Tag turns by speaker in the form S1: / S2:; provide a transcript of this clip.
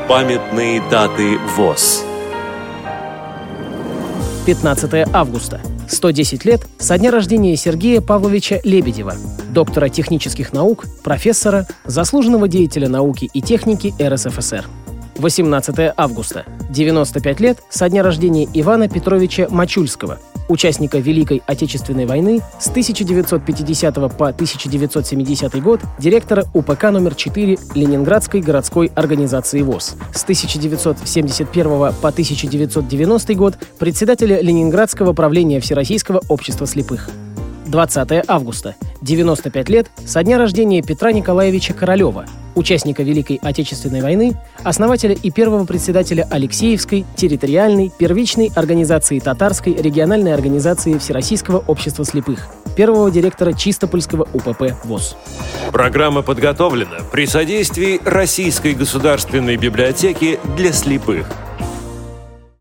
S1: Памятные даты ВОС.
S2: 15 августа. 110 лет со дня рождения Сергея Павловича Лебедева, доктора технических наук, профессора, заслуженного деятеля науки и техники РСФСР. 18 августа. 95 лет со дня рождения Ивана Петровича Мачульского, участника Великой Отечественной войны, с 1950 по 1970 год директора УПК номер 4 Ленинградской городской организации ВОС, с 1971 по 1990 год председателя Ленинградского правления Всероссийского общества слепых. 20 августа. 95 лет со дня рождения Петра Николаевича Королева, участника Великой Отечественной войны, основателя и первого председателя Алексеевской территориальной первичной организации Татарской региональной организации Всероссийского общества слепых, первого директора Чистопольского УПП ВОС.
S1: Программа подготовлена при содействии Российской государственной библиотеки для слепых.